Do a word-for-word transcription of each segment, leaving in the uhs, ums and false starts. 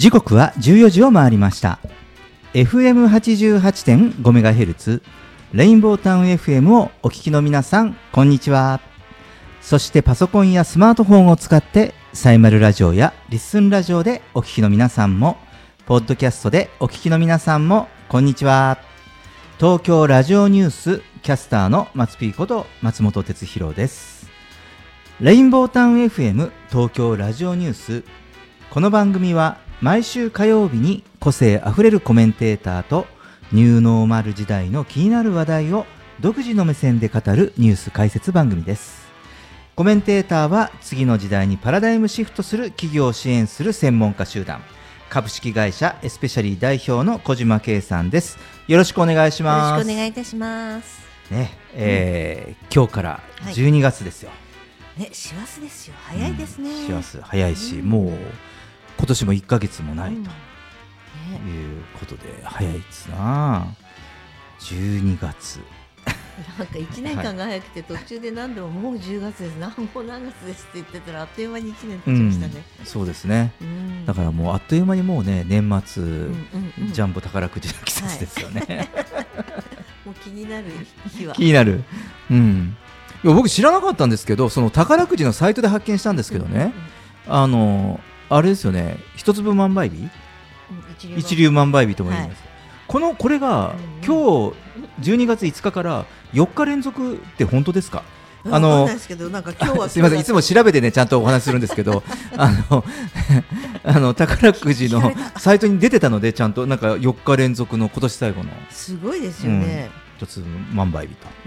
時刻はじゅうよじを回りました。 エフエムはちじゅうはちてんごメガヘルツ レインボータウン エフエム をお聞きの皆さん、こんにちは。そしてパソコンやスマートフォンを使ってサイマルラジオやリッスンラジオでお聞きの皆さんも、ポッドキャストでお聞きの皆さんもこんにちは。東京ラジオニュースキャスターの松ピーこと松本哲弘です。レインボータウン エフエム 東京ラジオニュース、この番組は毎週火曜日に個性あふれるコメンテーターとニューノーマル時代の気になる話題を独自の目線で語るニュース解説番組です。コメンテーターは次の時代にパラダイムシフトする企業を支援する専門家集団、株式会社エスペシャリー代表の小島圭さんです。よろしくお願いします。 よろしくお願いいたします、 ねえーうん、今日からじゅうにがつですよ、 はい、ね、師走ですよ。早いですね、うん、 師走早いし、うん、もう今年もいっかげつもないと、うんね、いうことで早いですな。じゅうにがつなんかいちねんかんが早くて途中で何でももうじゅうがつです、何も何月ですって言ってたらあっという間にいちねん経ちましたね、 うん、そうですね、うん、だからもうあっという間にもうね、年末、うんうんうん、ジャンボ宝くじの季節ですよね、はい、 もう気になる日は気になる、うん、いや僕知らなかったんですけど、その宝くじのサイトで発見したんですけどね、うんうんうん、あのあれですよね、一粒万倍日、うん、一, 一粒万倍日とも言います、はい、このこれが、うん、今日じゅうにがついつかからよっか連続って本当ですか？ あのですけど、なんか今日はすみません、いつも調べてねちゃんとお話しするんですけどあのあの宝くじのサイトに出てたので、ちゃんとなんかよっか連続の今年最後のすごいですよね、 うん、一粒万倍日と、 うん、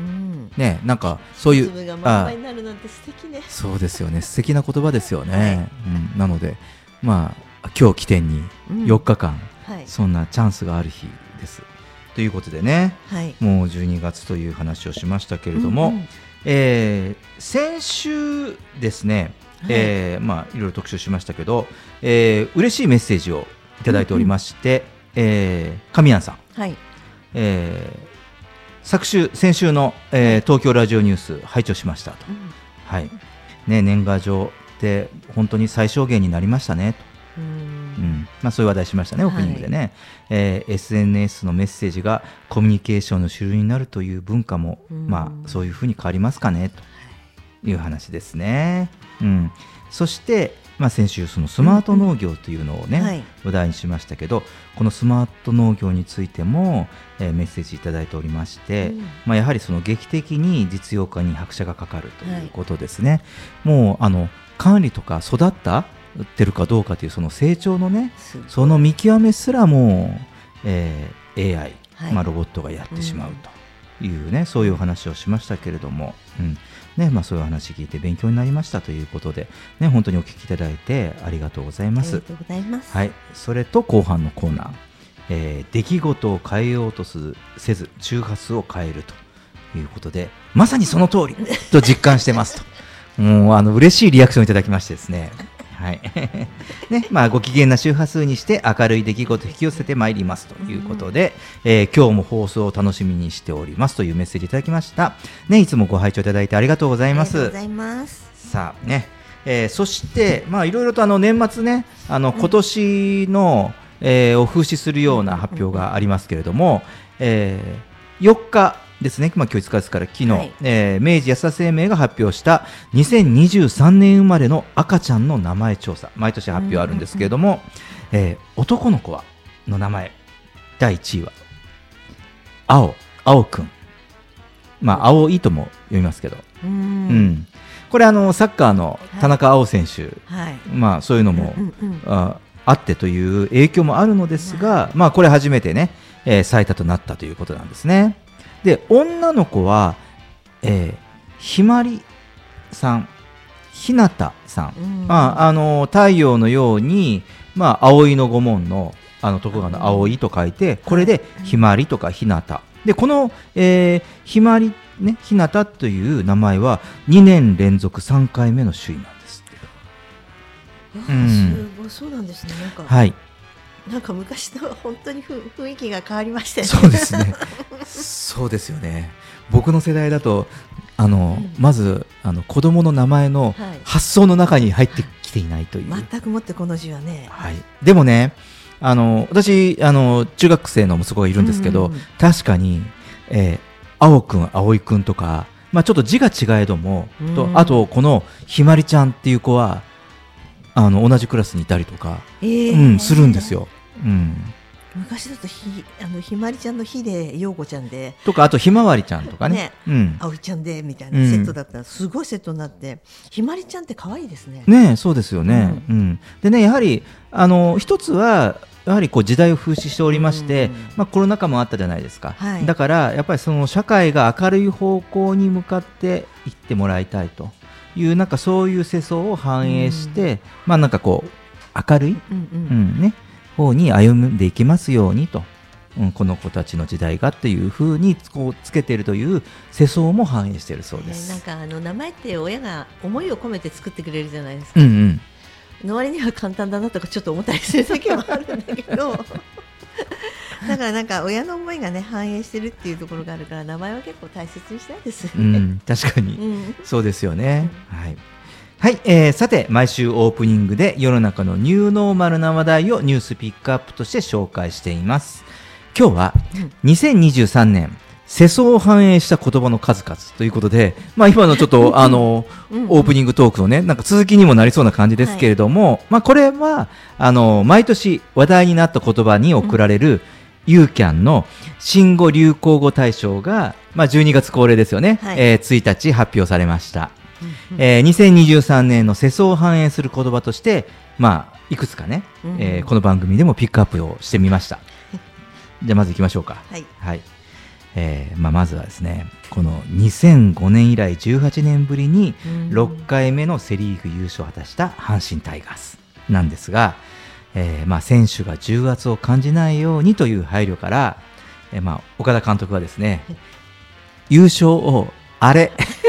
ね、なんかそういう一粒が万倍になるなんて素敵ね。 そうですよね、素敵な言葉ですよね、はい、うん、なのでまあ今日起点によっかかん、うんはい、そんなチャンスがある日ですということでね、はい、もうじゅうにがつという話をしましたけれども、うんうん、えー、先週ですね、はい、えーまあ、いろいろ特集しましたけど、えー、嬉しいメッセージをいただいておりまして、うんうん、えー、神谷さん、はい、えー、昨週先週の、えー、東京ラジオニュース拝聴しましたと、うんはいね、年賀状って本当に最小限になりましたねと、うんうんまあ、そういう話題しましたね、オープニングでね、はい、えー、エスエヌエス のメッセージがコミュニケーションの主流になるという文化も、まあ、そういうふうに変わりますかねという話ですね、うん、そして、まあ、先週そのスマート農業というのをね、うんうんはい、お題にしましたけど、このスマート農業についても、えー、メッセージいただいておりまして、うんまあ、やはりその劇的に実用化に拍車がかかるということですね、はい、もうあの管理とか育ったってるかどうかというその成長のね、その見極めすらも、えー、エーアイ、はいまあ、ロボットがやってしまうというね、うん、そういうお話をしましたけれども、うんねまあ、そういう話聞いて勉強になりましたということで、ね、本当にお聞きいただいてありがとうございます。 ありがとうございます、 はい、それと後半のコーナー、えー、出来事を変えようとせず周波数を変えるということで、まさにその通りと実感してますともうあの嬉しいリアクションいただきましてですねはいねまあ、ご機嫌な周波数にして明るい出来事を引き寄せてまいりますということで、うんえー、今日も放送を楽しみにしておりますというメッセージいただきました、ね、いつもご拝聴いただいてありがとうございます。 ありがとうございます。 さあね、えー、そしてまあいろいろとあの年末ね、あの今年の、えー、を風刺するような発表がありますけれども、えー、よっかですね、まあ、今日いつかですから昨日、はいえー、明治安田生命が発表したにせんにじゅうさんねん生まれの赤ちゃんの名前調査、毎年発表あるんですけれども、うんうんうんえー、男の子はの名前だいいちいは青青くん、まあ、青いとも読みますけど、うん、うん、これあのサッカーの田中碧選手、はいまあ、そういうのも、うんうんうん、あ, あってという影響もあるのですが、まあ、これ初めてね、えー、最多となったということなんですね。で女の子は、えー、ひまりさん、ひなたさん、うんまあ、あの太陽のように、まあ、葵の御門のあのところが葵と書いて、これでひまりとかひなたで、この、えー、ひまりね、ひなたという名前はにねん連続さんかいめの首位なんですって。 あ、うん、すごい、そうなんですね。なんか、 はい、 なんか昔と本当に雰囲気が変わりましたよね。 そうですねそうですよね。僕の世代だとあの、うん、まずあの子供の名前の発想の中に入ってきていないという。 全くもってこの字はね、 はい、でもね、あの私あの中学生の息子がいるんですけど、うんうんうん、確かに、えー、青くん葵くんとか、まあ、ちょっと字が違えども、うん、とあとこのひまりちゃんっていう子はあの同じクラスにいたりとか、えーうん、するんですよ、うん、 昔だと ひ, あのひまりちゃんのひでようこちゃんでとか、あとひまわりちゃんとかね、ね、うん、 あおいちゃんでみたいなセットだったら、うん、すごいセットになって、ひまりちゃんって可愛いですね。 ね、そうですよね、うんうん、でね、やはりあの一つはやはりこう時代を風刺しておりまして、うんまあ、コロナ禍もあったじゃないですか、はい、だからやっぱりその社会が明るい方向に向かっていってもらいたいという、なんかそういう世相を反映して、うんまあ、なんかこう明るい、うんうんうんね、方に歩んでいきますようにと、うん、この子たちの時代がっていう風にこうつけているという世相も反映しているそうです、 えー、なんかあの名前って親が思いを込めて作ってくれるじゃないですか、 うんうんの割には簡単だなとかちょっと思ったりする時もあるんだけどだからなんか親の思いがね反映してるっていうところがあるから、名前は結構大切にしたいですよね、うん、 確かに、うん、そうですよね、うん、はいはい、えー、さて毎週オープニングで世の中のニューノーマルな話題をニュースピックアップとして紹介しています。今日はにせんにじゅうさんねん世相を反映した言葉の数々ということで、まあ、今のちょっとあのオープニングトークのね、なんか続きにもなりそうな感じですけれども、はい、まあ、これはあの毎年話題になった言葉に贈られるユーキャンの新語・流行語大賞が、まあ、じゅうにがつ恒例ですよね、はい、えー、ついたち発表されました。えー、にせんにじゅうさんねんの世相を反映する言葉として、まあ、いくつかね、うんえー、この番組でもピックアップをしてみました。じゃあまずいきましょうか。はい、はい、えーまあ、まずはですね、このにせんごねん以来じゅうはちねんぶりにろっかいめのセリーグ優勝を果たした阪神タイガースなんですが、えーまあ、選手が重圧を感じないようにという配慮から、えーまあ、岡田監督はですね、優勝をあれ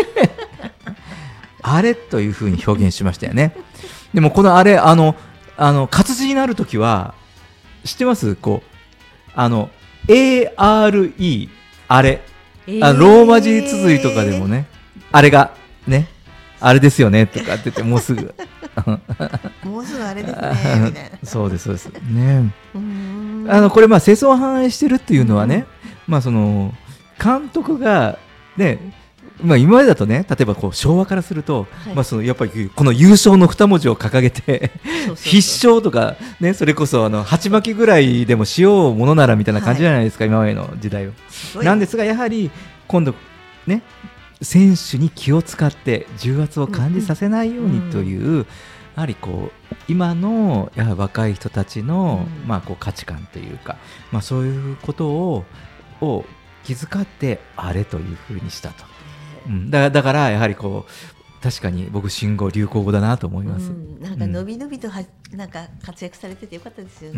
あれというふうに表現しましたよね。でもこのあれ、あのあの活字になるときは知ってます？こうあの エーアールイー あれ、えー、あローマ字綴りとかでもね、あれがね、あれですよねとかって言ってもうすぐもうすぐあれですねみたいなそうですそうですね。うーん、あのこれまあ世相を反映してるっていうのはね、まあその監督がね、まあ、今までだとね、例えばこう昭和からすると、はい、まあ、そのやっぱりこの優勝の二文字を掲げて必勝とか、ね、それこそあの鉢巻きぐらいでもしようものならみたいな感じじゃないですか、はい、今までの時代を。なんですがやはり今度ね、選手に気を使って重圧を感じさせないようにという、うんうん、やはりこう今のやはり若い人たちの、うん、まあ、こう価値観というか、まあ、そういうことを、を気遣ってあれというふうにしたと。うん、だ, だからやはりこう確かに僕新語・流行語だなと思います、うん、 なんかのびのびとは、うん、なんか活躍されててよかったですよね、 うん、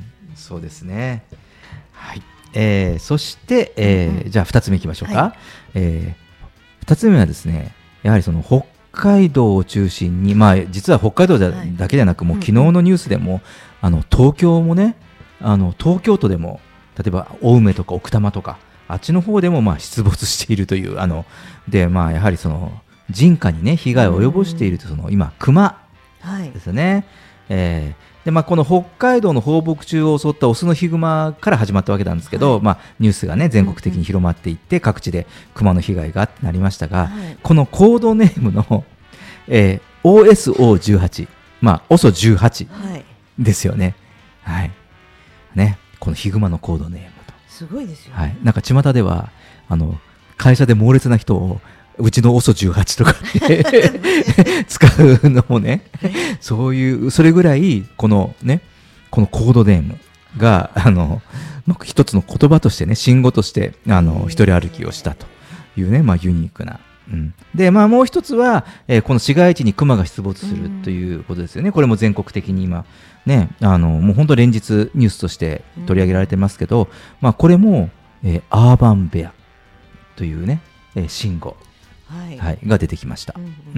そうですね、はい、えー、そして、えーうん、じゃあふたつめいきましょうか、はい、えー、ふたつめはですね、やはりその北海道を中心に、まあ、実は北海道だけじゃなく、はい、もう昨日のニュースでも、うん、あの東京もね、あの東京都でも例えば青梅とか奥多摩とかあっちの方でもまあ出没しているという、あので、まあ、やはりその人家に、ね、被害を及ぼしていると、その今クマですね、はい、えーでまあ、この北海道の放牧中を襲ったオスのヒグマから始まったわけなんですけど、はい、まあ、ニュースが、ね、全国的に広まっていって、うんうん、各地でクマの被害がなりましたが、はい、このコードネームの、えー、オーエスオーじゅうはち、まあ、オソじゅうはちですよね、はいね、このヒグマのコードネームすごいですよ、ね、 はい、なんか巷ではあの会社で猛烈な人をうちのオソじゅうはちとかって使うのもね、そういうそれぐらいこのね、このコードネームがあの一つの言葉としてね、新語としてあの一人歩きをしたというね、まあ、ユニークな、うん、で、まあ、もう一つは、えー、この市街地にクマが出没するということですよね。これも全国的に今ね、あのもう本当連日ニュースとして取り上げられてますけど、うん、まあ、これも、えー、アーバンベアというね、えー、新語、はいはい、が出てきました、うんうんうん、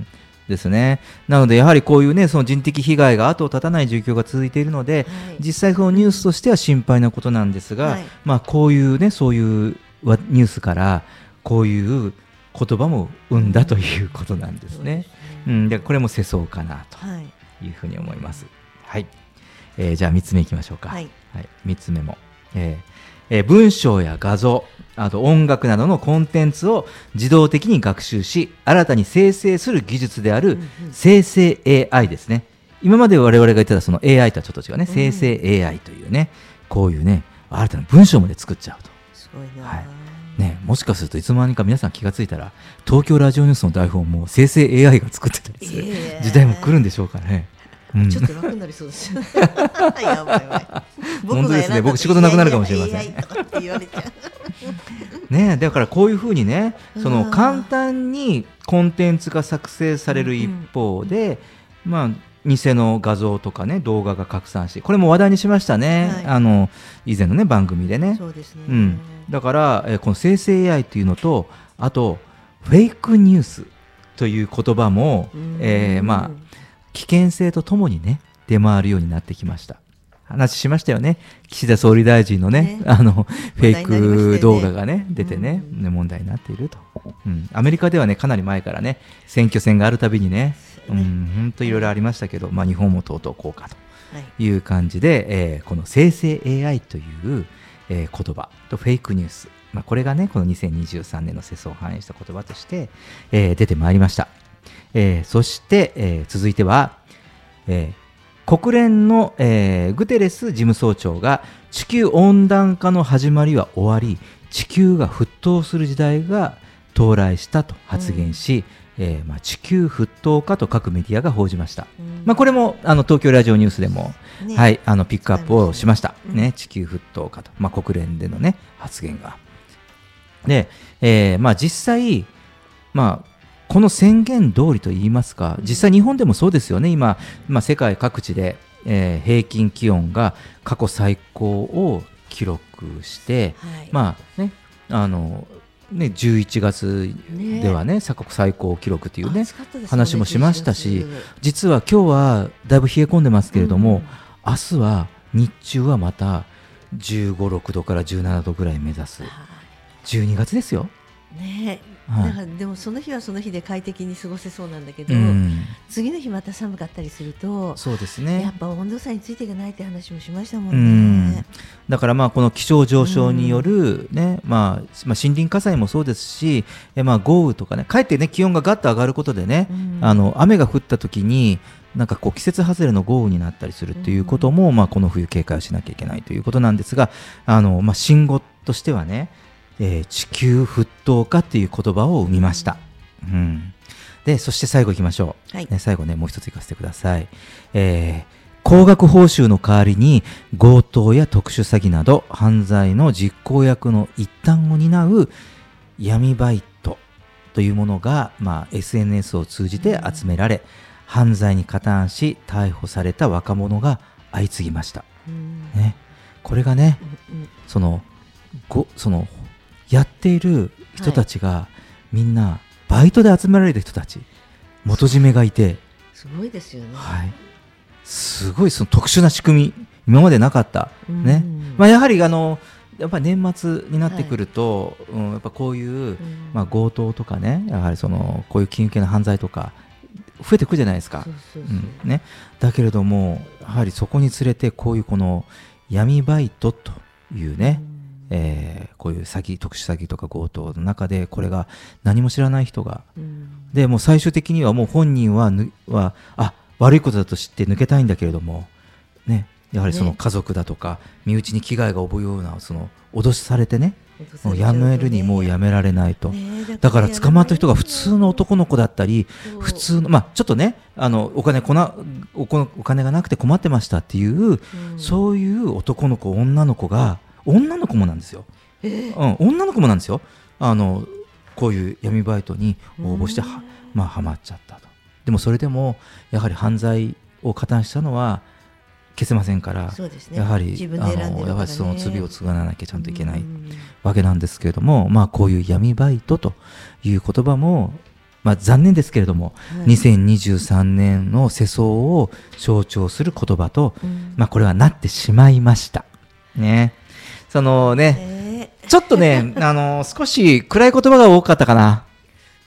ですね。なのでやはりこういうね、その人的被害が後を絶たない状況が続いているので、はい、実際そのニュースとしては心配なことなんですが、はい、まあ、こういうね、そういうニュースからこういう言葉も生んだということなんですね。 うん、でこれも世相かなというふうに思います。はい、えー、じゃあみっつめいきましょうか。はい、はい、みっつめも、えーえー、文章や画像、あと音楽などのコンテンツを自動的に学習し新たに生成する技術である生成 エーアイ ですね。今まで我々が言ってたその エーアイ とはちょっと違うね、生成 エーアイ というね、こういうね新たな文章まで作っちゃうと。 すごいな、 はいね、もしかするといつの間にか皆さん気がついたら東京ラジオニュースの台本も生成 エーアイ が作ってたりする時代も来るんでしょうかね。 うん、ちょっと楽になりそうですよやばいやばい本当ですね、僕仕事なくなるかもしれません。いやいや エーアイ とかって言われちゃうね、だからこういうふうにね、その簡単にコンテンツが作成される一方で、うん、まあ偽の画像とかね動画が拡散して、これも話題にしましたね、はい、あの以前のね番組でね。 そうですね、 うん、だから、えー、この生成 エーアイ というのと、あとフェイクニュースという言葉も、えー、まあ危険性とともにね出回るようになってきました。話しましたよね、岸田総理大臣の ね, ねあのフェイク動画がね出てね、うん、問題になっていると、うん、アメリカではねかなり前からね選挙戦があるたびにね、うん、本当いろいろありましたけど、まあ、日本もとうとうこうかという感じで、はい、えー、この生成 エーアイ という、えー、言葉とフェイクニュース、まあ、これがねこのにせんにじゅうさんねんの世相を反映した言葉として、えー、出てまいりました。えー、そして、えー、続いては、えー国連の、えー、グテレス事務総長が地球温暖化の始まりは終わり地球が沸騰する時代が到来したと発言し、うん、えーまあ、地球沸騰化と各メディアが報じました、うん、まあ、これもあの東京ラジオニュースでも、ね、はい、あのピックアップをしました、うんね、地球沸騰化と、まあ、国連での、ね、発言がで、えーまあ、実際、まあこの宣言通りといいますか、実際日本でもそうですよね。今、まあ、世界各地で、えー、平均気温が過去最高を記録して、はい、まあね、あのね、じゅういちがつではね、ね過去最高記録というね、話もしましたし、実は今日はだいぶ冷え込んでますけれども、うん、明日は日中はまたじゅうご、ろくどからじゅうななどぐらい目指す。じゅうにがつですよ。 ね、だからでもその日はその日で快適に過ごせそうなんだけど、うん、次の日また寒かったりすると、そうですね、やっぱ温度差についていけないって話もしましたもんね。うん、だからまあこの気象上昇による、ね、まあ、まあ森林火災もそうですし、えまあ豪雨とかね、かえってね気温がガッと上がることでね、うん、あの雨が降った時になんかこう季節外れの豪雨になったりするということも、うん、まあこの冬警戒をしなきゃいけないということなんですが、あのまあ新語としてはね、えー、地球沸騰化っていう言葉を生みました、うんうん、でそして最後いきましょう、はい、ね、最後ねもう一ついかせてください、えー、高額報酬の代わりに強盗や特殊詐欺など犯罪の実行役の一端を担う闇バイトというものが、まあ、エスエヌエス を通じて集められ、うん、犯罪に加担し逮捕された若者が相次ぎました、うんね、これがね、うんうん、そのごそのやっている人たちがみんなバイトで集められる人たち、元締めがいて、 すごいですよね、 はい、すごいその特殊な仕組み今までなかった、ね、まあ、やはりあのやっぱり年末になってくると、はい、うん、やっぱこういう、まあ、強盗とかね、やはりそのこういう金融系の犯罪とか増えてくるじゃないですか。だけれどもやはりそこにつれてこういうこの闇バイトというね、うん、えー、こういう詐欺特殊詐欺とか強盗の中でこれが何も知らない人が、うん、でもう最終的にはもう本人はぬはあ悪いことだと知って抜けたいんだけれども、ね、やはりその家族だとか、ね、身内に危害が及ぶようなその脅しされてね、もうやめるにもうやめられないと、ね、だ, だから捕まった人が普通の男の子だったり、普通の、まあ、ちょっとねあのお金こな お, お金がなくて困ってましたっていう、うん、そういう男の子女の子が女の子もなんですよ、えーうん、女の子もなんですよ、あのこういう闇バイトに応募しては、まあ、はまっちゃったと。でもそれでもやはり犯罪を加担したのは消せませんから、そうですね、やはりあのやはりその罪を償わなきゃちゃんといけないわけなんですけれども、まあ、こういう闇バイトという言葉も、まあ、残念ですけれども、はい、にせんにじゅうさんねんの世相を象徴する言葉と、まあ、これはなってしまいましたね。そのね、えー、ちょっとねあの少し暗い言葉が多かったかな。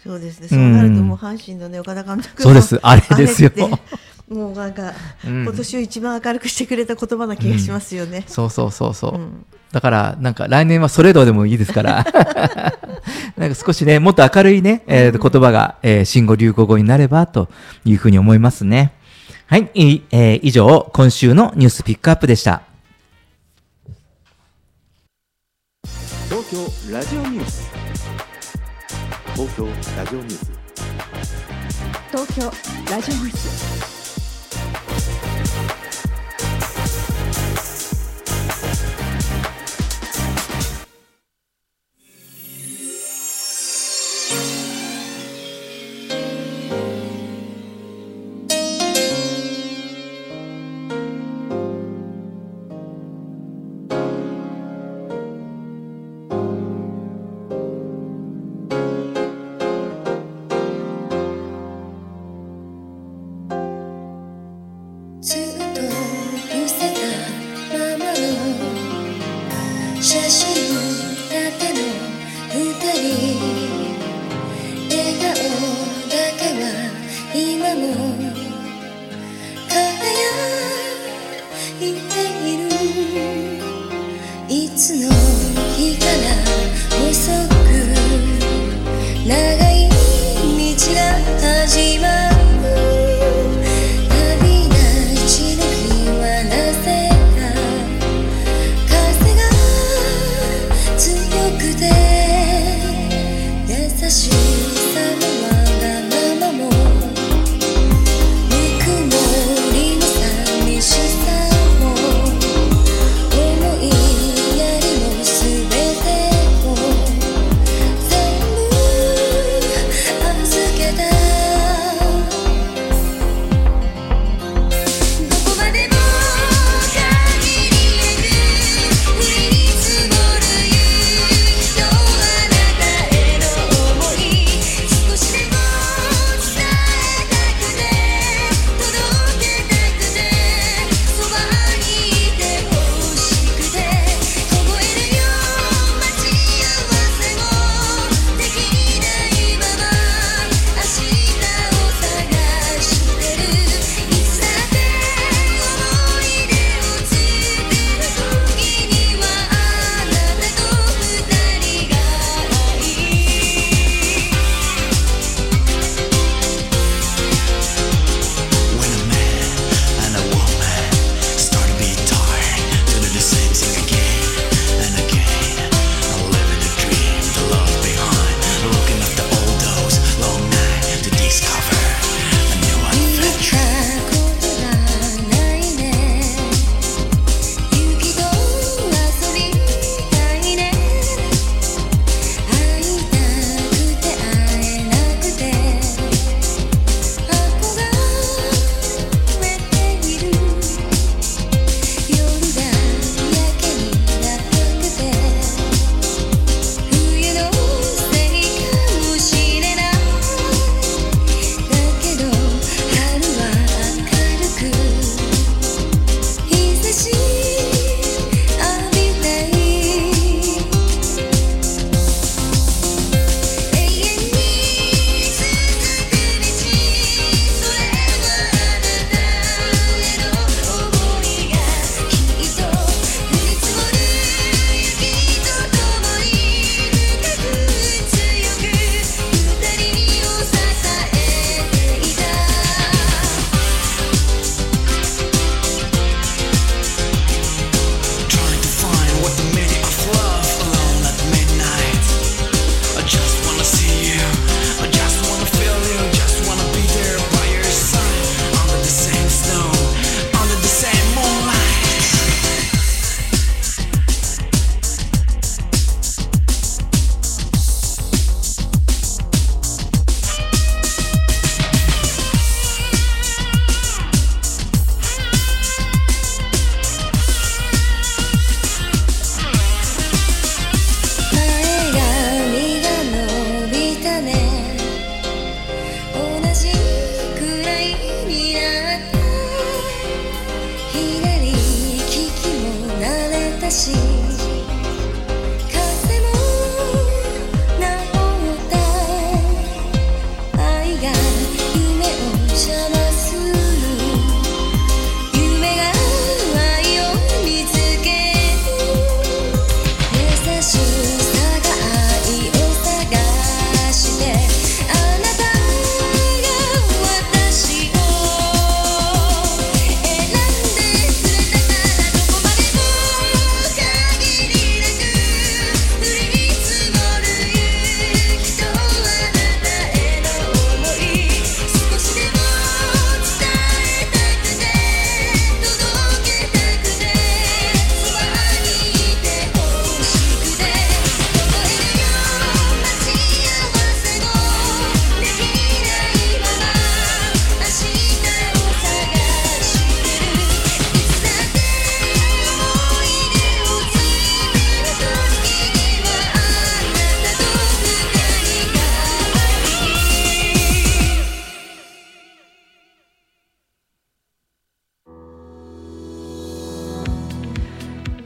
そうですね、そうなるともう阪神の、ね、岡田監督のそうですあれですよもうなんか、うん、今年を一番明るくしてくれた言葉な気がしますよね、うん、 そうそうそうそう、うん、だからなんか来年はそれどうでもいいですからなんか少しねもっと明るいね、えー、言葉が、えー、新語・流行語になればというふうに思いますね。はい、えー、以上今週のニュースピックアップでした。 東京ラジオニュース東京ラジオニュース東京ラジオニュース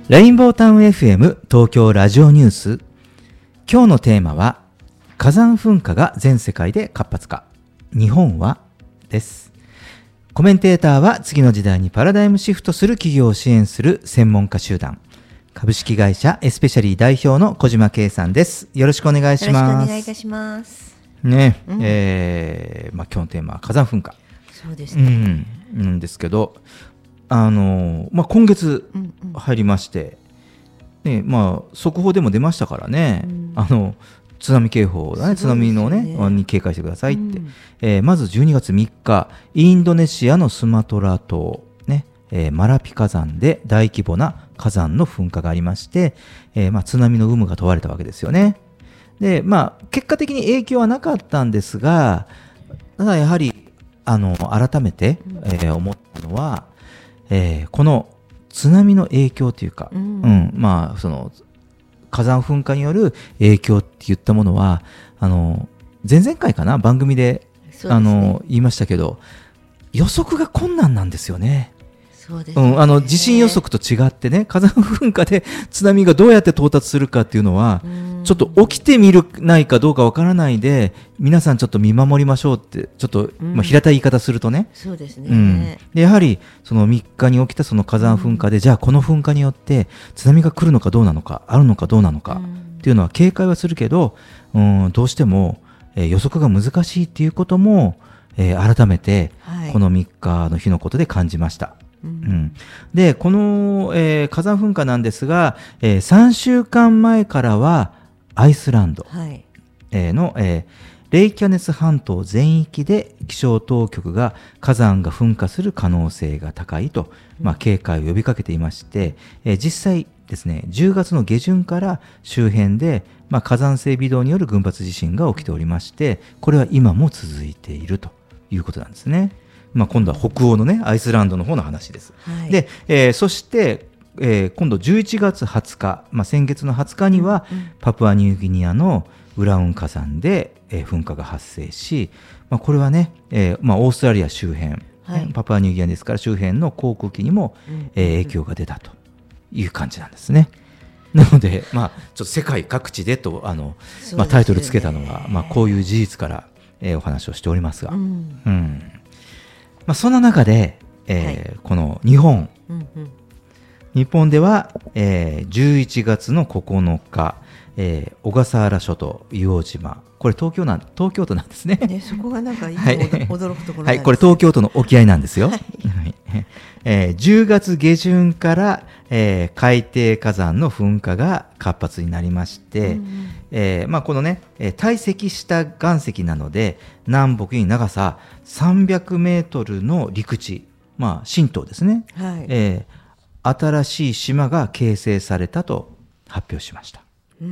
レインボータウン エフエム 東京ラジオニュース。今日のテーマは火山噴火が全世界で活発化、日本はです。コメンテーターは次の時代にパラダイムシフトする企業を支援する専門家集団、株式会社エスペシャリー代表の小島圭さんです。よろしくお願いします。 よろしくお願いいたします。 ね、うん、えーまあ、今日のテーマは火山噴火。 そうですね。 うん、なんですけど、あのまあ、今月入りまして、うんうんねまあ、速報でも出ましたからね、うん、あの津波警報だね、津波の、ね、に警戒してくださいって、うんえー、まずじゅうにがつみっか、インドネシアのスマトラ島、ねえー、マラピ火山で大規模な火山の噴火がありまして、えーまあ、津波の有無が問われたわけですよね。で、まあ、結果的に影響はなかったんですが、ただやはりあの改めて、えー、思ったのは、えー、この津波の影響というか、うんうんまあ、その火山噴火による影響って言ったものは、あの前々回かな番組で、ね、あの言いましたけど、予測が困難なんですよね。 そうですね、 うん、あの地震予測と違ってね、火山噴火で津波がどうやって到達するかっていうのはちょっと起きてみるないかどうかわからないで、皆さんちょっと見守りましょうってちょっと、まあ、平たい言い方するとね、 そうですね、 うん、でやはりそのみっかに起きたその火山噴火で、うん、じゃあこの噴火によって津波が来るのかどうなのか、あるのかどうなのかっていうのは警戒はするけど、うん、どうしても、えー、予測が難しいっていうことも、えー、改めてこのみっかの日のことで感じました。はいうん、でこの、えー、火山噴火なんですが、えー、さんしゅうかんまえからはアイスランド、はいえー、の、えー、レイキャネス半島全域で気象当局が火山が噴火する可能性が高いと、まあ、警戒を呼びかけていまして、えー、実際ですねじゅうがつの下旬から周辺で、まあ、火山性微動による群発地震が起きておりまして、これは今も続いているということなんですね。まあ、今度は北欧のねアイスランドの方の話です。はい、で、えー、そして、えー、今度じゅういちがつはつか、まあ、先月のはつかには、うんうん、パプアニューギニアのウラウン火山で、えー、噴火が発生し、まあ、これはね、えーまあ、オーストラリア周辺、はい、パプアニューギニアですから周辺の航空機にも、うんうんうんえー、影響が出たという感じなんですね。なので、まあ、ちょっと世界各地でとあの、まあ、タイトルつけたのは、まあ、こういう事実から、えー、お話をしておりますが、うんうんまあ、そんな中で、えーはい、この日本、うんうん、日本では、えー、じゅういちがつのここのか、えー、小笠原諸島硫黄島、これ東京なん東京都なんですね。 ねそこがなんかいつも驚くところなんです、 はい、これ東京都の沖合なんですよ。はいえー、じゅうがつげじゅんから、えー、海底火山の噴火が活発になりまして、うんうんえーまあ、このね堆積した岩石なので南北に長ささんびゃくメートルの陸地、まあ、新島ですね、はいえー、新しい島が形成されたと発表しました。うん、うん、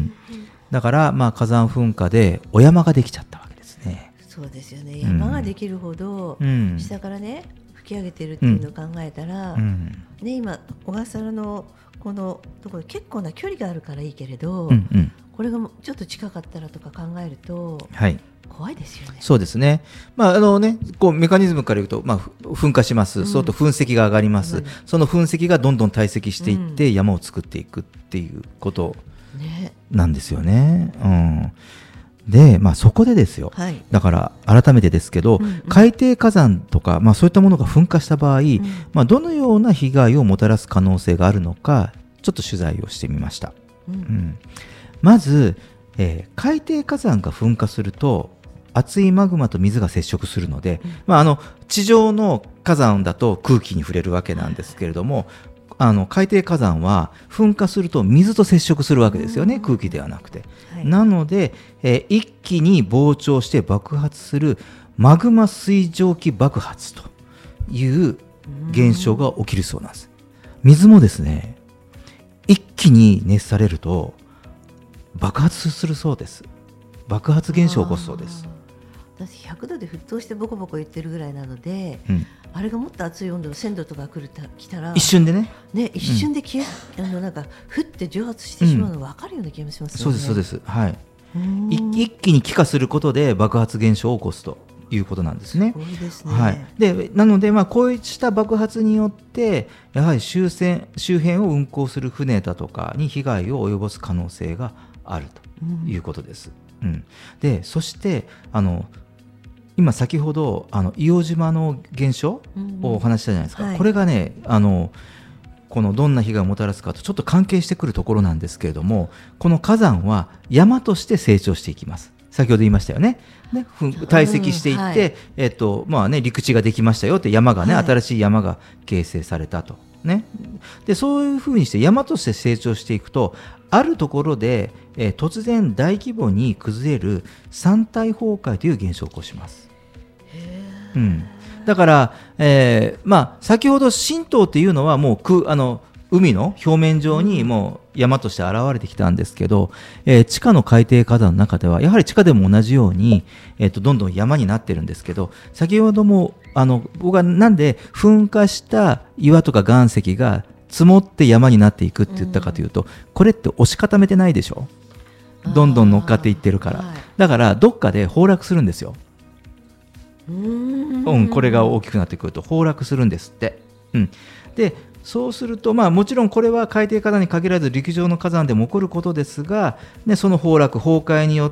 だから、まあ、火山噴火でお山ができちゃったわけですね。 そうですよね。山ができるほど、うん、下からね吹き上げてるっていうのを考えたら、うんね、今小笠原のこのところ結構な距離があるからいいけれど、うんうん、これがちょっと近かったらとか考えると、はい、怖いですよね。 そうですね。まああのね、こうメカニズムから言うと、まあ、噴火します、うん、そうと噴石が上がります、うん、その噴石がどんどん堆積していって山を作っていくっていうことなんですよね。うん、で、まあ、そこでですよ、はい、だから改めてですけど、うんうん、海底火山とか、まあ、そういったものが噴火した場合、うんまあ、どのような被害をもたらす可能性があるのかちょっと取材をしてみました。うんうん、まず、えー、海底火山が噴火すると熱いマグマと水が接触するので、うんまあ、あの地上の火山だと空気に触れるわけなんですけれども、あの海底火山は噴火すると水と接触するわけですよね、空気ではなくて、はい、なので、えー、一気に膨張して爆発するマグマ水蒸気爆発という現象が起きるそうなんです。水もですね一気に熱されると爆発するそうです。爆発現象を起こすそうです。 私ひゃくどで沸騰してボコボコ言ってるぐらいなので、うん、あれがもっと熱い温度のせんどとか来る来たら一瞬でねね一瞬で消え、うん、あのなんかふって蒸発してしまうの分かるような気がしますよね、 うん、そうですそうです、はい、一気に気化することで爆発現象を起こすということなんですね。 すごいですね。 はい、でなので、まあ、こうした爆発によってやはり周辺、周辺を運航する船だとかに被害を及ぼす可能性があるということです。うんうん、でそしてあの今先ほどあの伊予島の現象をお話ししたじゃないですか、うんうん、これがねあのこのどんな被害をもたらすかとちょっと関係してくるところなんですけれども、この火山は山として成長していきます。先ほど言いましたよね。ね堆積していって、うんはいえーとまあね、陸地ができましたよって山がね、はい、新しい山が形成されたと、ね、でそういうふうにして山として成長していくとあるところで、えー、突然大規模に崩れる山体崩壊という現象を起こします。へー、うんだから、えーまあ、先ほど神道っていうのはもうくあの海の表面上にもう山として現れてきたんですけど、えー、地下の海底火山の中ではやはり地下でも同じように、えー、とどんどん山になってるんですけど、先ほどもあの僕はなんで噴火した岩とか岩石が積もって山になっていくって言ったかというと、うん、これって押し固めてないでしょ。どんどん乗っかっていってるから、はい、だからどっかで崩落するんですよ。うん、うん、これが大きくなってくると崩落するんですって、うん、でそうすると、まあ、もちろんこれは海底火山に限らず陸上の火山でも起こることですが、ね、その崩落崩壊によって、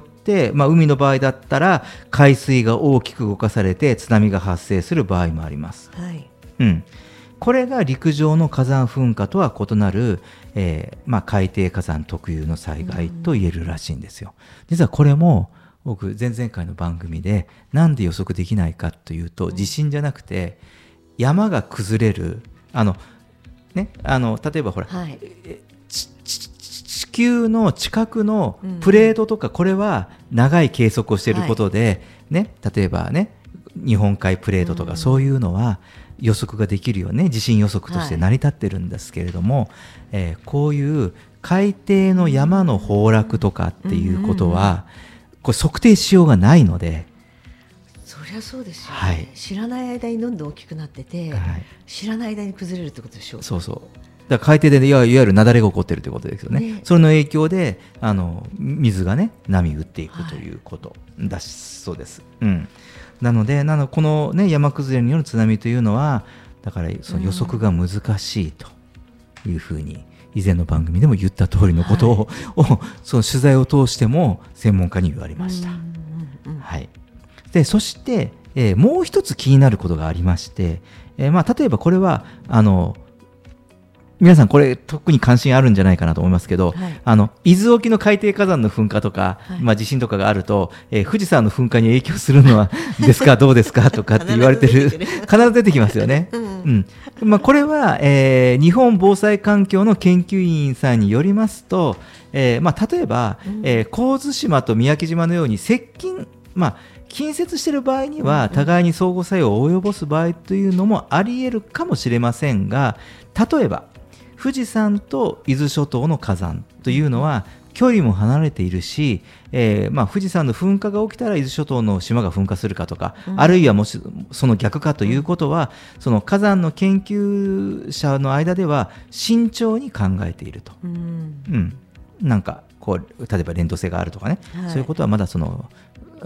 まあ、海の場合だったら海水が大きく動かされて津波が発生する場合もあります、はいうん、これが陸上の火山噴火とは異なる、えーまあ、海底火山特有の災害と言えるらしいんですよ。実はこれも僕前々回の番組でなんで予測できないかというと、地震じゃなくて山が崩れるあの、ね、あの例えばほら、はい、ちち地球の近くのプレートとか、これは長い計測をしていることで、はいね、例えばね日本海プレートとかそういうのは予測ができるよね、地震予測として成り立ってるんですけれども、はいえー、こういう海底の山の崩落とかっていうことは、これ測定しようがないので。 そりゃそうですよね、はい、知らない間にどんどん大きくなってて、はい、知らない間に崩れるってことでしょう。 そうそうだから海底で、ね、いわゆる雪崩が起こっているということですよね。ねそれの影響であの水がね波打っていくということだし、そうです、うん、なのでなのこの、ね、山崩れによる津波というのはだからその予測が難しいというふうに、うん以前の番組でも言った通りのことを、はい、その取材を通しても専門家に言われました、うんうんうんはい、でそして、えー、もう一つ気になることがありまして、えーまあ、例えばこれはあの皆さんこれ特に関心あるんじゃないかなと思いますけど、はい、あの伊豆沖の海底火山の噴火とか、はいまあ、地震とかがあると、えー、富士山の噴火に影響するのはですかどうですかとかって言われてる必ず出てきますよね、うんうんまあ、これは、えー、日本防災環境の研究員さんによりますと、えーまあ、例えば、うんえー、神津島と三宅島のように接近、まあ、近接している場合には互いに相互作用を及ぼす場合というのもあり得るかもしれませんが、例えば富士山と伊豆諸島の火山というのは距離も離れているし、えーまあ、富士山の噴火が起きたら伊豆諸島の島が噴火するかとか、うん、あるいはもしその逆かということは、うん、その火山の研究者の間では慎重に考えていると、うんうん、なんかこう例えば連動性があるとかね、はい、そういうことはまだその、うん、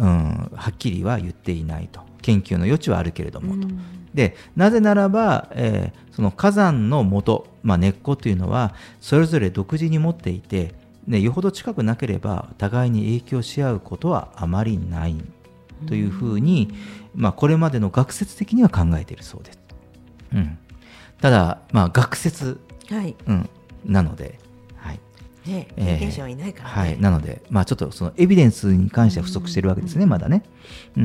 はっきりは言っていないと、研究の余地はあるけれども、うん、とでなぜならば、えー、その火山の元、まあ、根っこというのはそれぞれ独自に持っていて、ね、よほど近くなければ互いに影響し合うことはあまりないというふうに、まあ、これまでの学説的には考えているそうです、うん、ただ、まあ、学説、はいうん、なので、はいね、経験者はいないからね、 えーはい、なので、まあ、ちょっとそのエビデンスに関しては不足しているわけですね、まだね、うん、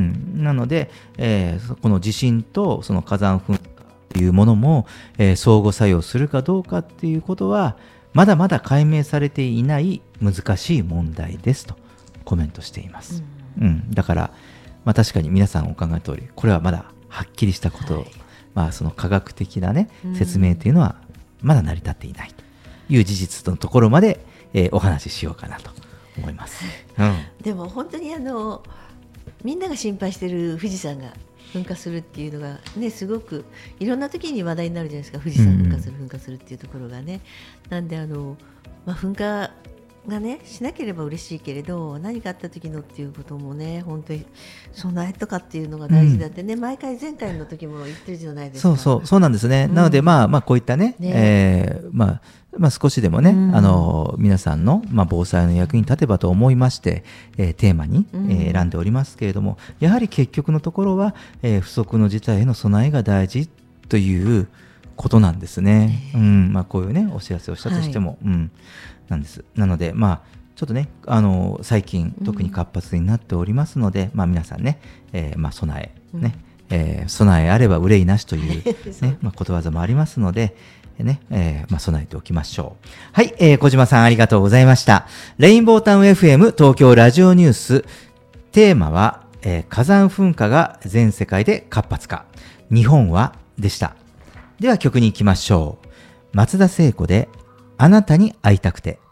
なので、えー、この地震とその火山噴火というものも、えー、相互作用するかどうかっていうことはまだまだ解明されていない難しい問題ですとコメントしています、うんうん、だから、まあ、確かに皆さんお考え通りこれはまだはっきりしたこと、はいまあ、その科学的な、ね、説明というのはまだ成り立っていないという事実のところまで、えー、お話ししようかなと思います、 うん、でも本当にあのみんなが心配している富士山が噴火するっていうのがねすごくいろんな時に話題になるじゃないですか。富士山噴火する、うん、噴火するっていうところがね。なんであの、まあ、噴火がねしなければ嬉しいけれど、何かあった時のっていうこともね本当に備えとかっていうのが大事だってね、うん、毎回前回の時も言ってるじゃないですか。 そうそうそうなんですね、うん、なのでまあまあこういったね、ねえー、まあまあ、少しでもね、うん、あの皆さんの、まあ、防災の役に立てばと思いまして、えー、テーマに、えー、選んでおりますけれども、やはり結局のところは、えー、不測の事態への備えが大事ということなんですね、えーうんまあ、こういうねお知らせをしたとしても、はいうん、なんです。なのでまあちょっとねあの最近特に活発になっておりますので、うんまあ、皆さんね、えーまあ、備えね、うんえー、備えあれば憂いなしという、ねまあ、ことわざもありますのでねえーまあ、備えておきましょう。はい、えー、小島さんありがとうございました。レインボータウン エフエム 東京ラジオニュース、テーマは、えー、火山噴火が全世界で活発化、日本はでした。では曲に行きましょう。松田聖子であなたに会いたくて。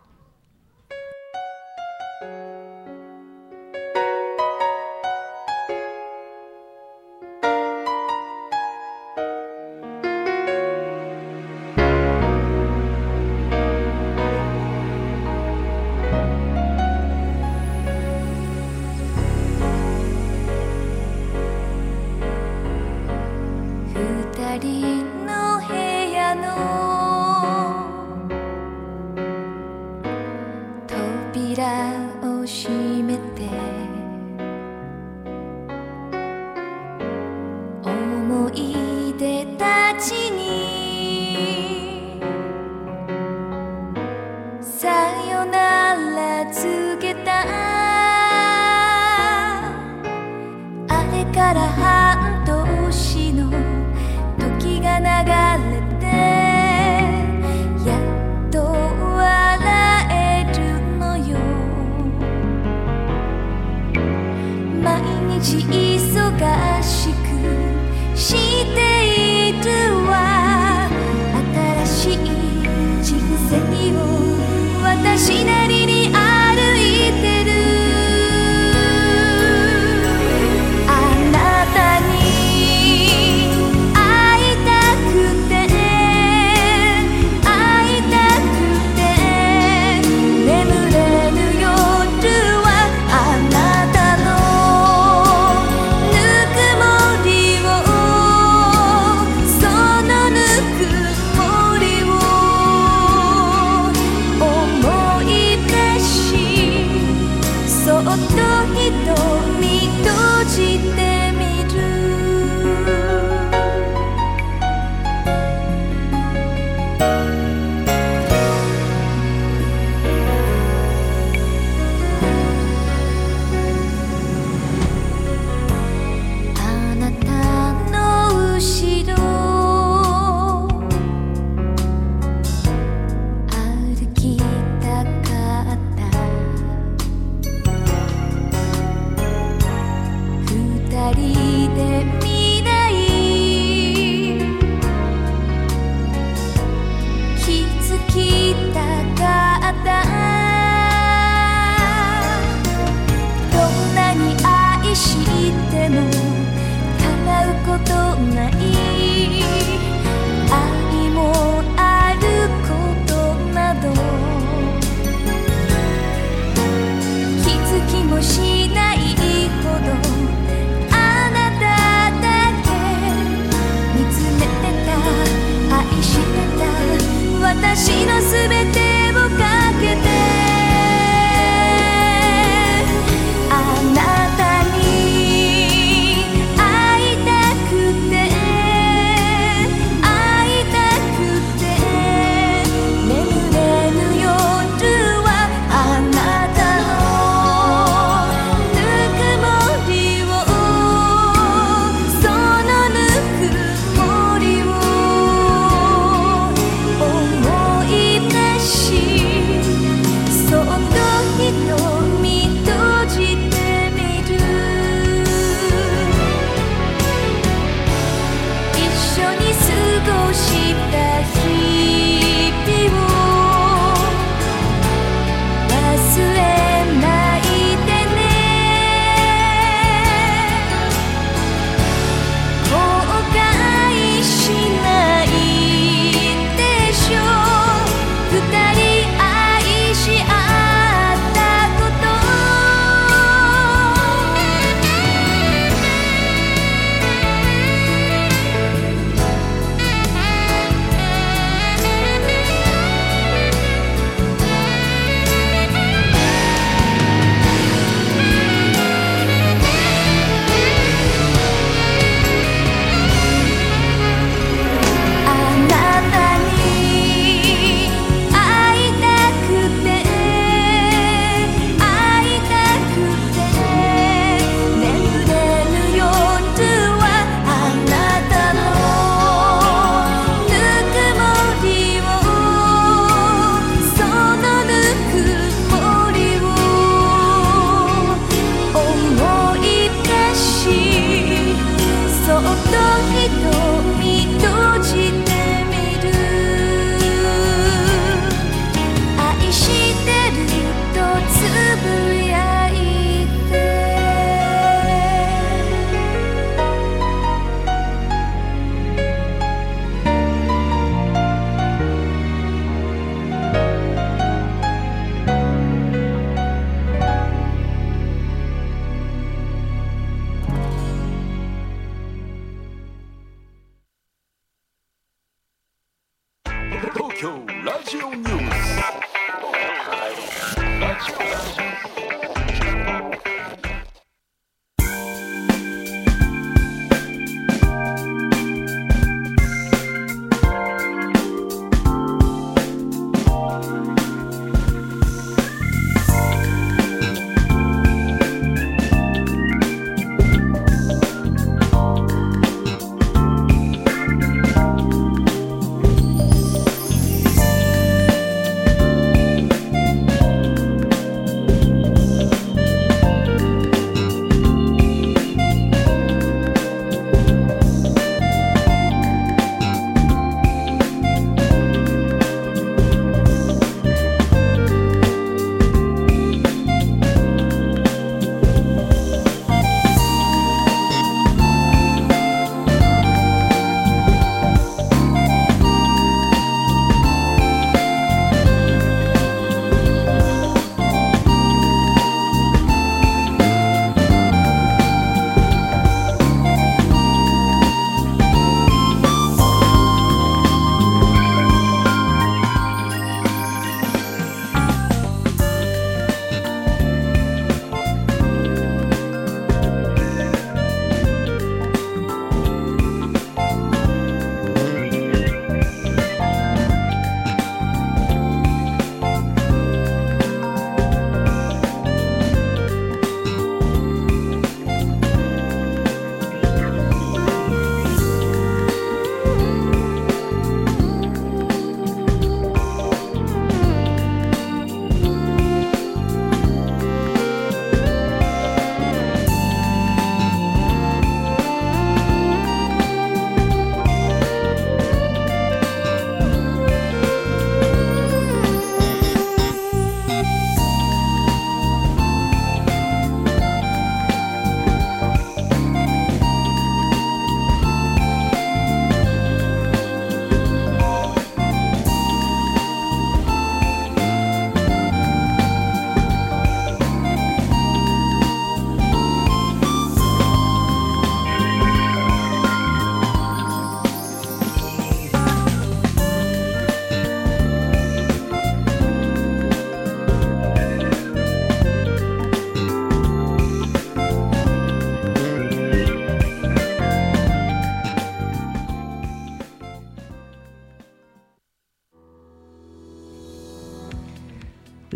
思い出し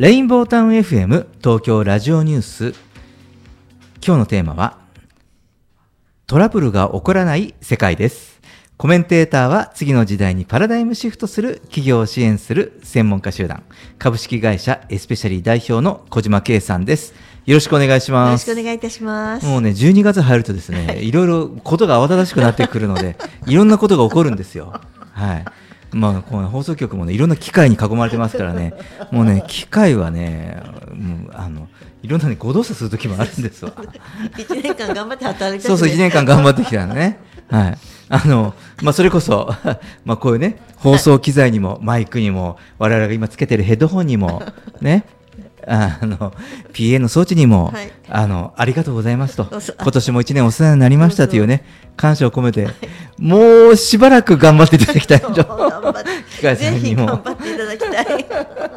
レインボータウン エフエム 東京ラジオニュース。今日のテーマはトラブルが起こらない世界です。コメンテーターは次の時代にパラダイムシフトする企業を支援する専門家集団株式会社エスペシャリー代表の小島圭さんです。よろしくお願いします。 よろしくお願いいたします。 もうね、じゅうにがつ入るとですね、いろいろことが慌ただしくなってくるのでいろんなことが起こるんですよ。はい。まあ、この放送局もね、いろんな機械に囲まれてますからね、もうね、機械はね、もうあのいろんなに誤動作する時もあるんですわ。 いちねんかん頑張って働いて、 そうそう、いちねんかん頑張ってきたのね。はい。あのまあ、それこそまあこういうね、放送機材にもマイクにも我々が今つけてるヘッドホンにもね、あの ピーエー の装置にも、はい、あのありがとうございますと、今年もいちねんお世話になりましたというね、感謝を込めて、はい、もうしばらく頑張っていただきたいと機械さんにもぜひ頑張っていただきたい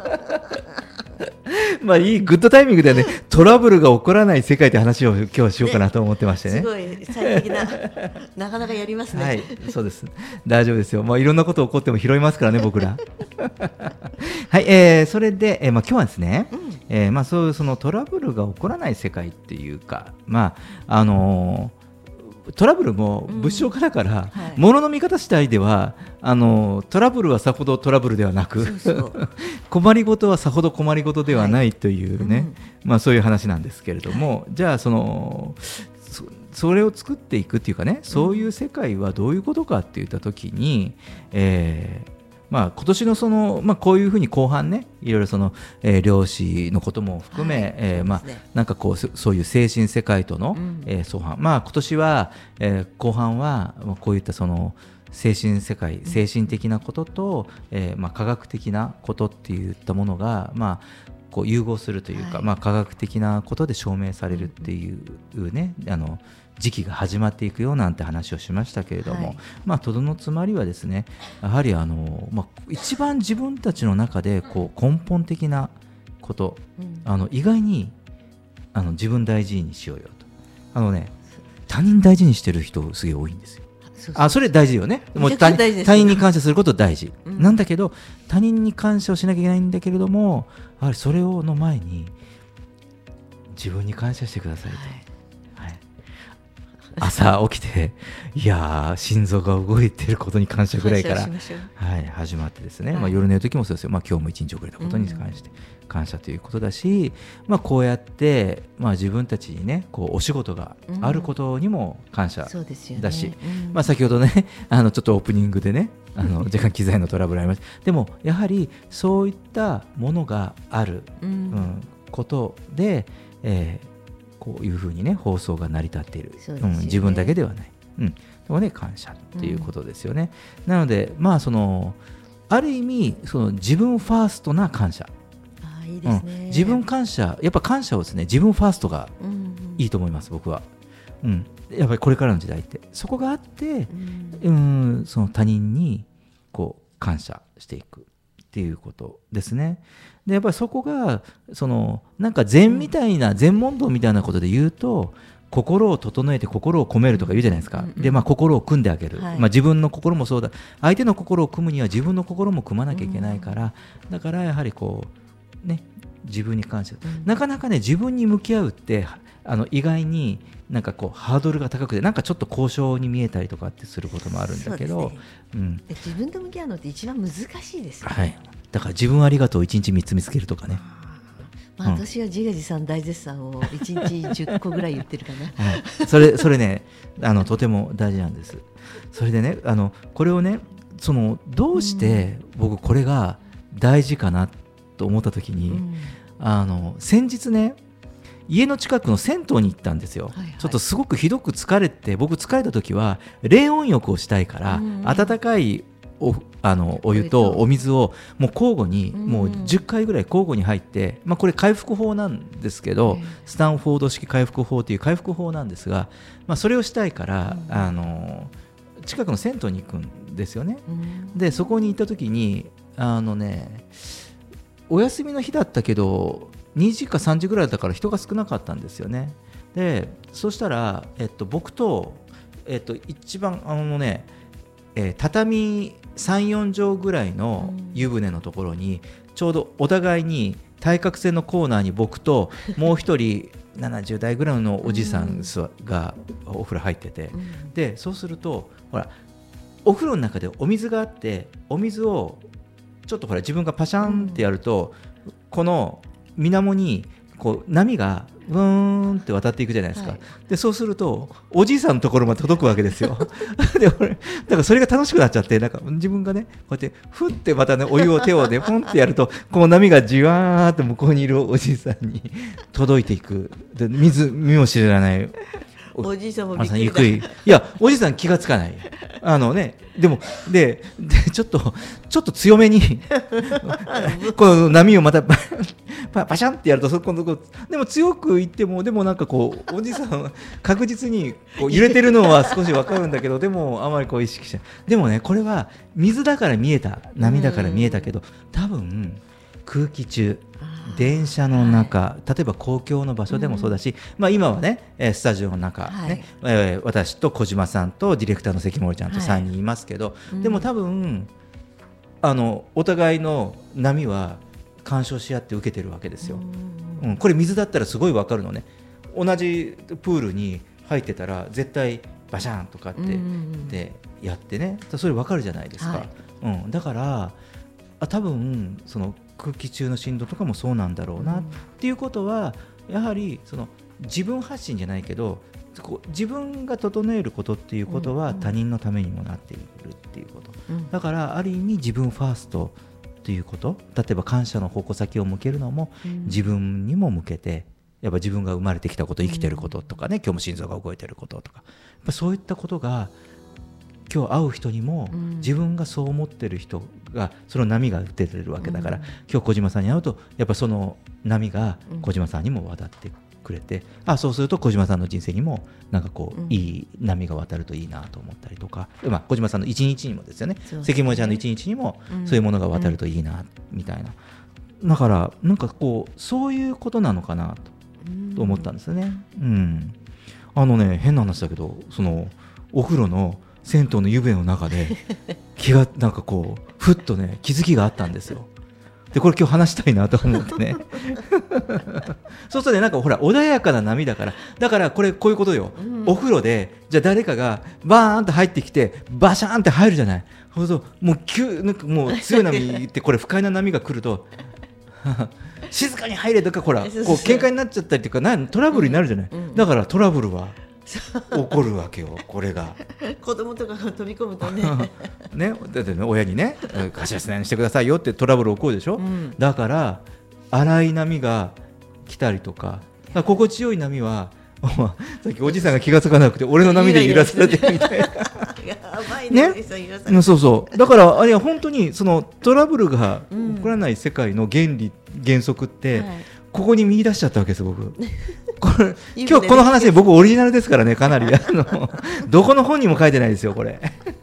まあいいグッドタイミングでね、トラブルが起こらない世界という話を今日はしようかなと思ってましてね。 すごい最適ななかなかやりますね。 はい、そうです。大丈夫ですよ。まあいろんなこと起こっても拾いますからね、僕ら。はい、えー、それで、えー、まあ今日はですね、うん、えー、まあそういうそのトラブルが起こらない世界っていうか、まああのートラブルも物証化だから、うん、はい、物の見方次第ではあのトラブルはさほどトラブルではなく、そうそう困りごとはさほど困りごとではないというね、はい、うん、まあ、そういう話なんですけれども、はい、じゃあその そ, それを作っていくっていうかね、そういう世界はどういうことかっていったときに、えーまあ、今年のその、まあ、こういうふうに後半ね、いろいろその、えー、量子のことも含め、はい、えーまあ、なんかこうそういう精神世界との、うん、えー、相反、まあ、今年は、えー、後半はこういったその精神世界、精神的なことと、うん、えーまあ、科学的なことっていったものが、まあ、こう融合するというか、はい、まあ、科学的なことで証明されるっていうね、うん、あの時期が始まっていくよなんて話をしましたけれども、はい、まあ、とどのつまりはですね、やはりあの、まあ、一番自分たちの中でこう根本的なこと、うん、あの意外にあの自分大事にしようよと、あのね、他人大事にしてる人すげえ多いんですよ。そうそう、あ、それ大事よね。もう 他, 他人に感謝すること大事、うん、なんだけど、他人に感謝をしなきゃいけないんだけれども、やはりそれをの前に自分に感謝してくださいと、はい、朝起きて、いや心臓が動いていることに感謝ぐらいから、はい、始まってですね、はい、まあ、夜寝る時もそうですよ、まあ、今日も一日遅れたことに関して感謝ということだし、うん、まあ、こうやって、まあ、自分たちにね、こうお仕事があることにも感謝だし、うん、まあ、先ほどね、あのちょっとオープニングでね、あの若干機材のトラブルありました。でもやはりそういったものがある、うん、うん、ことで、えーこういうふうにね、放送が成り立っている、うん、自分だけではない、うん、でもね、感謝ということですよね、うん、なので、まあ、そのある意味その自分ファーストな感謝、 あ、いいですね、 うん、自分感謝、やっぱ感謝をですね、自分ファーストがいいと思います、僕は、うん、やっぱりこれからの時代ってそこがあって、うん、うん、その他人にこう感謝していくっていうことですね。でやっぱりそこがそのなんか禅みたいな、禅問答みたいなことで言うと、心を整えて心を込めるとか言うじゃないですか、うんうん、でまあ、心を組んであげる、はい、まあ、自分の心もそうだ、相手の心を組むには自分の心も組まなきゃいけないから、うん、だからやはりこうね、自分に関して、うん、なかなかね、自分に向き合うってあの意外になんかこうハードルが高くて、なんかちょっと交渉に見えたりとかってすることもあるんだけど、ね、うん、 自分と向き合うのって一番難しいですよね、 はい、だから自分ありがとうをいちにちみっつ見つけるとかね、 まあ、私は自画自賛大絶賛をいちにちじゅっこぐらい言ってるかな、 はい、それそれね、あのとても大事なんです。それでね、あのこれをね、そのどうして僕これが大事かなと思った時に、うん、あの先日ね、家の近くの銭湯に行ったんですよ、はいはい、ちょっとすごくひどく疲れて、僕疲れた時は冷温浴をしたいから、うん、温かいお, あのお湯とお水をもう交互に、もうじゅっかいぐらい交互に入って、まあ、これ回復法なんですけど、スタンフォード式回復法という回復法なんですが、まあ、それをしたいから、あの近くの銭湯に行くんですよね。でそこに行った時に、あのね、お休みの日だったけどにじかさんじぐらいだったから人が少なかったんですよね。でそしたら、えっと、僕と、えっと、一番あのね、えー、畳さん、よんじょうぐらいの湯船のところにちょうどお互いに対角線のコーナーに僕ともう一人ななじゅう代ぐらいのおじさんがお風呂入ってて、うん、でそうするとほらお風呂の中でお水があってお水をちょっとほら自分がパシャンってやると、うん、この水面にこう波がブーンって渡っていくじゃないですか、はい、でそうするとおじいさんのところまで届くわけですよで俺だからそれが楽しくなっちゃって、なんか自分がねこうやってふってまたねお湯を手をねポンってやるとこう波がじわーっと向こうにいるおじいさんに届いていく。で水見も知らないおじいさんもびっくりだ。 ゆっくりいやおじいさん気がつかないあのねでもででちょっとちょっと強めにこの波をまたパ, パシャンってやるとそこのとこでも強く言ってもでもなんかこうおじさんは確実にこう揺れてるのは少し分かるんだけどでもあまりこう意識してでもねこれは水だから見えた波だから見えたけど多分空気中電車の中、はい、例えば公共の場所でもそうだし、うんまあ、今はねスタジオの中、はいねえー、私と小島さんとディレクターの関森ちゃんとさんにんいますけど、はい、でも多分あのお互いの波は干渉し合って受けてるわけですよ、うんうん、これ水だったらすごい分かるのね。同じプールに入ってたら絶対バシャンとかって、うんうん、でやってねそれ分かるじゃないですか、はいうん、だからあ多分その空気中の振動とかもそうなんだろうな、うん、っていうことはやはりその自分発信じゃないけどこう自分が整えることっていうことは他人のためにもなっているっていうこと、うん、だからある意味自分ファーストということ例えば感謝の矛先を向けるのも自分にも向けてやっぱ自分が生まれてきたこと生きてることとかね、うん、今日も心臓が動いてることとかやっぱそういったことが今日会う人にも自分がそう思ってる人がその波が出てるわけだから、うん、今日小島さんに会うとやっぱその波が小島さんにも渡ってくれて、うん、あそうすると小島さんの人生にもなんかこう、うん、いい波が渡るといいなと思ったりとか、まあ、小島さんの一日にもですよね、関森ちゃんの一日にもそういうものが渡るといいなみたいな、うん、だからなんかこうそういうことなのかな と,、と思ったんですよね、うん、あのね変な話だけどそのお風呂の銭湯の湯船の中で気がなんかこうふっとね気づきがあったんですよ。でこれ今日話したいなと思ってねそうするとねなんかほら穏やかな波だからだからこれこういうことよ、うん、お風呂でじゃあ誰かがバーンと入ってきてバシャーンって入るじゃない。そうするともう急なんかもう強い波ってこれ不快な波が来ると静かに入れとかほらこう喧嘩になっちゃったりとかなトラブルになるじゃない、うんうん、だからトラブルは起こるわけよこれが子供とかが飛び込むとねねだってね親にね貸し出せないようにしてくださいよってトラブル起こるでしょ、うん、だから荒い波が来たりとか心地よい波はさっきおじさんが気がつかなくて俺の波で揺らされてるみたいなやばいね、ねそうそうだからあれは本当にそのトラブルが起こらない世界の原理、うん、原則って、はい、ここに見出しちゃったわけです僕これ今日この話僕オリジナルですからねかなりあのどこの本にも書いてないですよこれ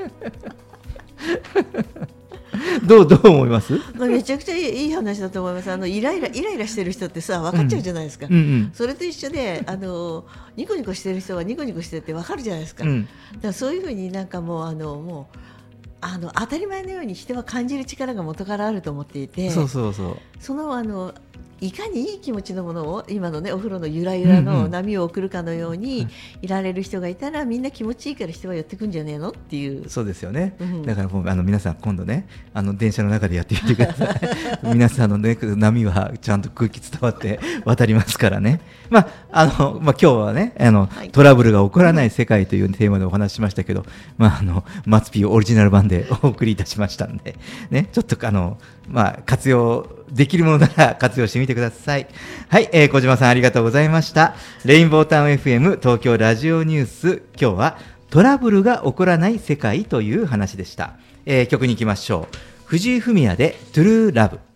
どうどう思います？ まあ、めちゃくちゃいい話だと思います。あのイライライライラしてる人ってさ分かっちゃうじゃないですか、うんうんうん、それと一緒であのニコニコしてる人はニコニコしてるって分かるじゃないですか、うん、だからそういうふうになんかもうあのもうあの当たり前のように人は感じる力が元からあると思っていてそうそうそうそのあのいかにいい気持ちのものを今のねお風呂のゆらゆらの波を送るかのようにいられる人がいたら、うんうん、みんな気持ちいいから人は寄ってくんじゃねえのっていうそうですよね、うん、だからもうあの皆さん今度ねあの電車の中でやってみてください皆さんの、ね、波はちゃんと空気伝わって渡りますからね、まああのまあ、今日はねあの、はい、トラブルが起こらない世界というテーマでお話ししましたけど、まあ、あのマツピーオリジナル版でお送りいたしましたんで、ね、ちょっとあの、まあ、活用できるものなら活用してみてください。はい、えー、小島さんありがとうございました。レインボータウン エフエム 東京ラジオニュース、今日はトラブルが起こらない世界という話でした。えー、曲に行きましょう。藤井フミヤでトゥルーラブ。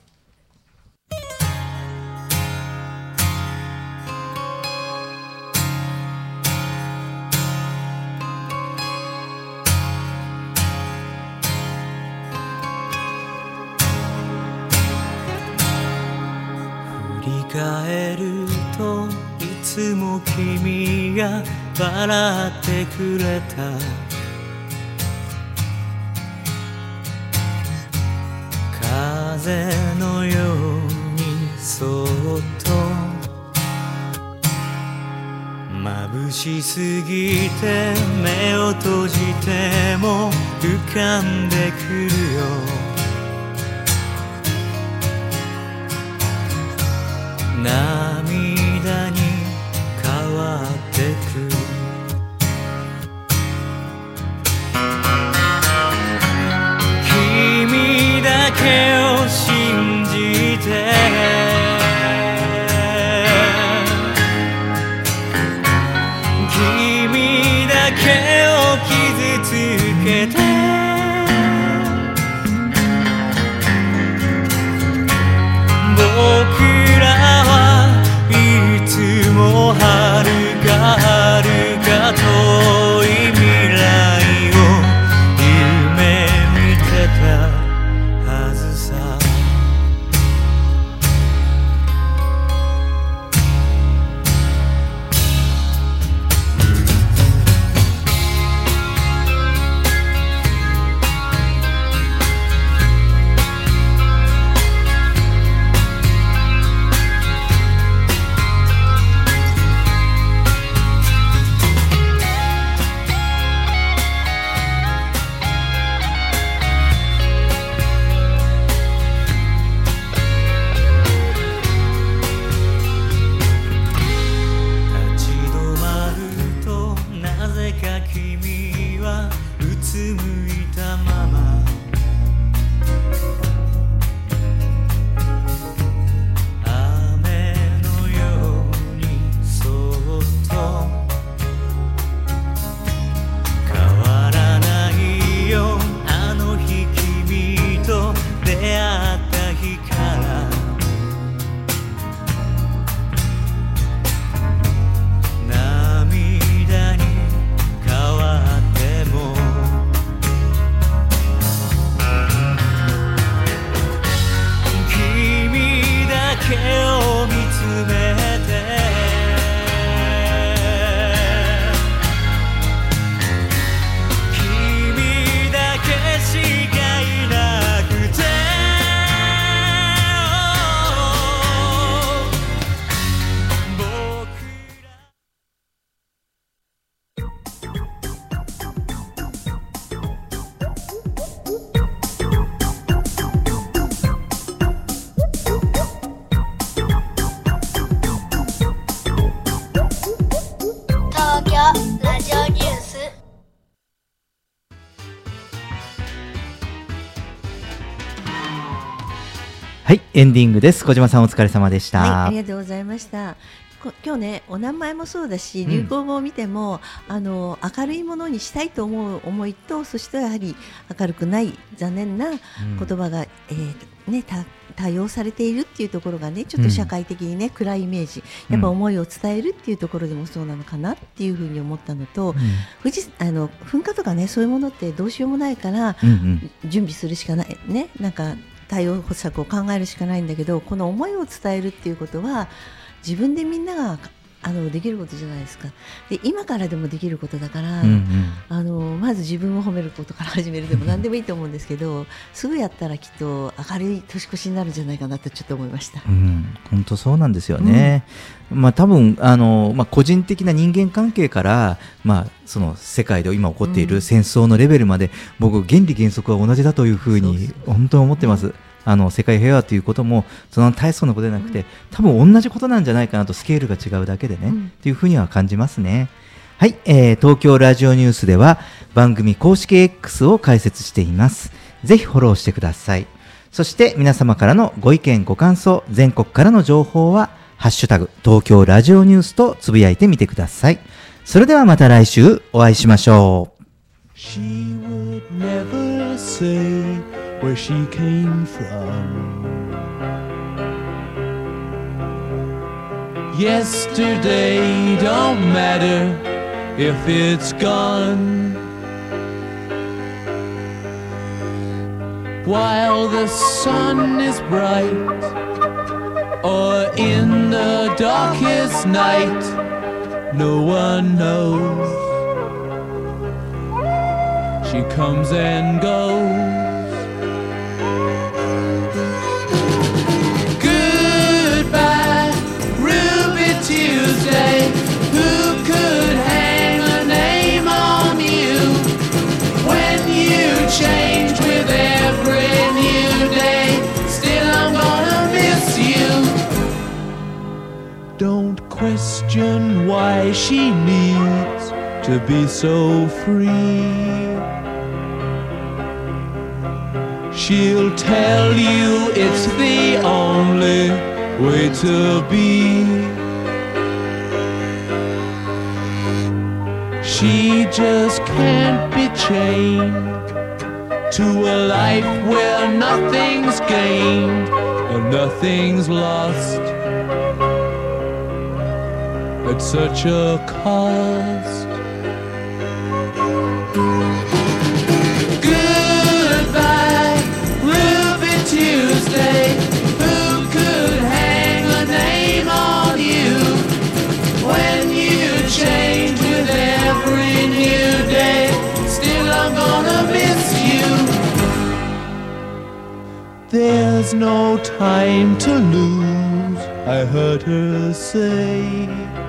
帰るといつも君が笑ってくれた風のようにそっと眩しすぎて目を閉じても浮かんでくるよ涙に変わってく君だけを信じて君だけを傷つけて僕いつも遥か遥か遠い未来を夢見てたはずさはい、エンディングです。小島さんお疲れ様でした。 はい、ありがとうございました。今日ね、お名前もそうだし、流行語を見ても、うん、あの明るいものにしたいと思う思いと、そしてやはり明るくない残念な言葉が、うん、えーね、た多用されているっていうところがね、ちょっと社会的にね、うん、暗いイメージ、やっぱ思いを伝えるっていうところでもそうなのかなっていうふうに思ったのと、うん、富士あの噴火とかね、そういうものってどうしようもないから、うんうん、準備するしかないね、なんか対応策を考えるしかないんだけど、この思いを伝えるっていうことは自分でみんながあのできることじゃないですか。で、今からでもできることだから、うんうん、あのまず自分を褒めることから始めるでも何でもいいと思うんですけどすぐやったらきっと明るい年越しになるんじゃないかなとちょっと思いました。 うん、本当そうなんですよね、うん、まあ、多分あの、まあ、個人的な人間関係から、まあ、その世界で今起こっている戦争のレベルまで、うん、僕原理原則は同じだというふうに本当に思ってます。あの世界平和ということもその大層なことではなくて、うん、多分同じことなんじゃないかなと、スケールが違うだけでね、うん、というふうには感じますね。はい、えー、東京ラジオニュースでは番組公式 X を開設しています。ぜひフォローしてください。そして皆様からのご意見ご感想、全国からの情報はハッシュタグ東京ラジオニュースとつぶやいてみてください。それではまた来週お会いしましょう。She would never say where she came from. Yesterday don't matter if it's gone. While the sun is bright or in the darkest night, no one knows. She comes and goes. Goodbye, question why she needs to be so free. She'll tell you it's the only way to be. She just can't be chained to a life where nothing's gained and nothing's lost at such a cost. Goodbye, Ruby Tuesday. Who could hang a name on you when you change with every new day? Still I'm gonna miss you. There's no time to lose, I heard her say.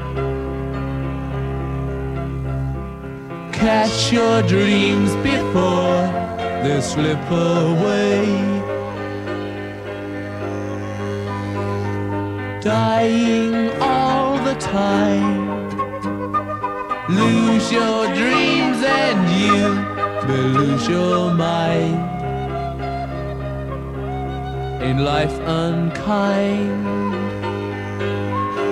Catch your dreams before they slip away. Dying all the time. Lose your dreams and you may lose your mind. Ain't life unkind?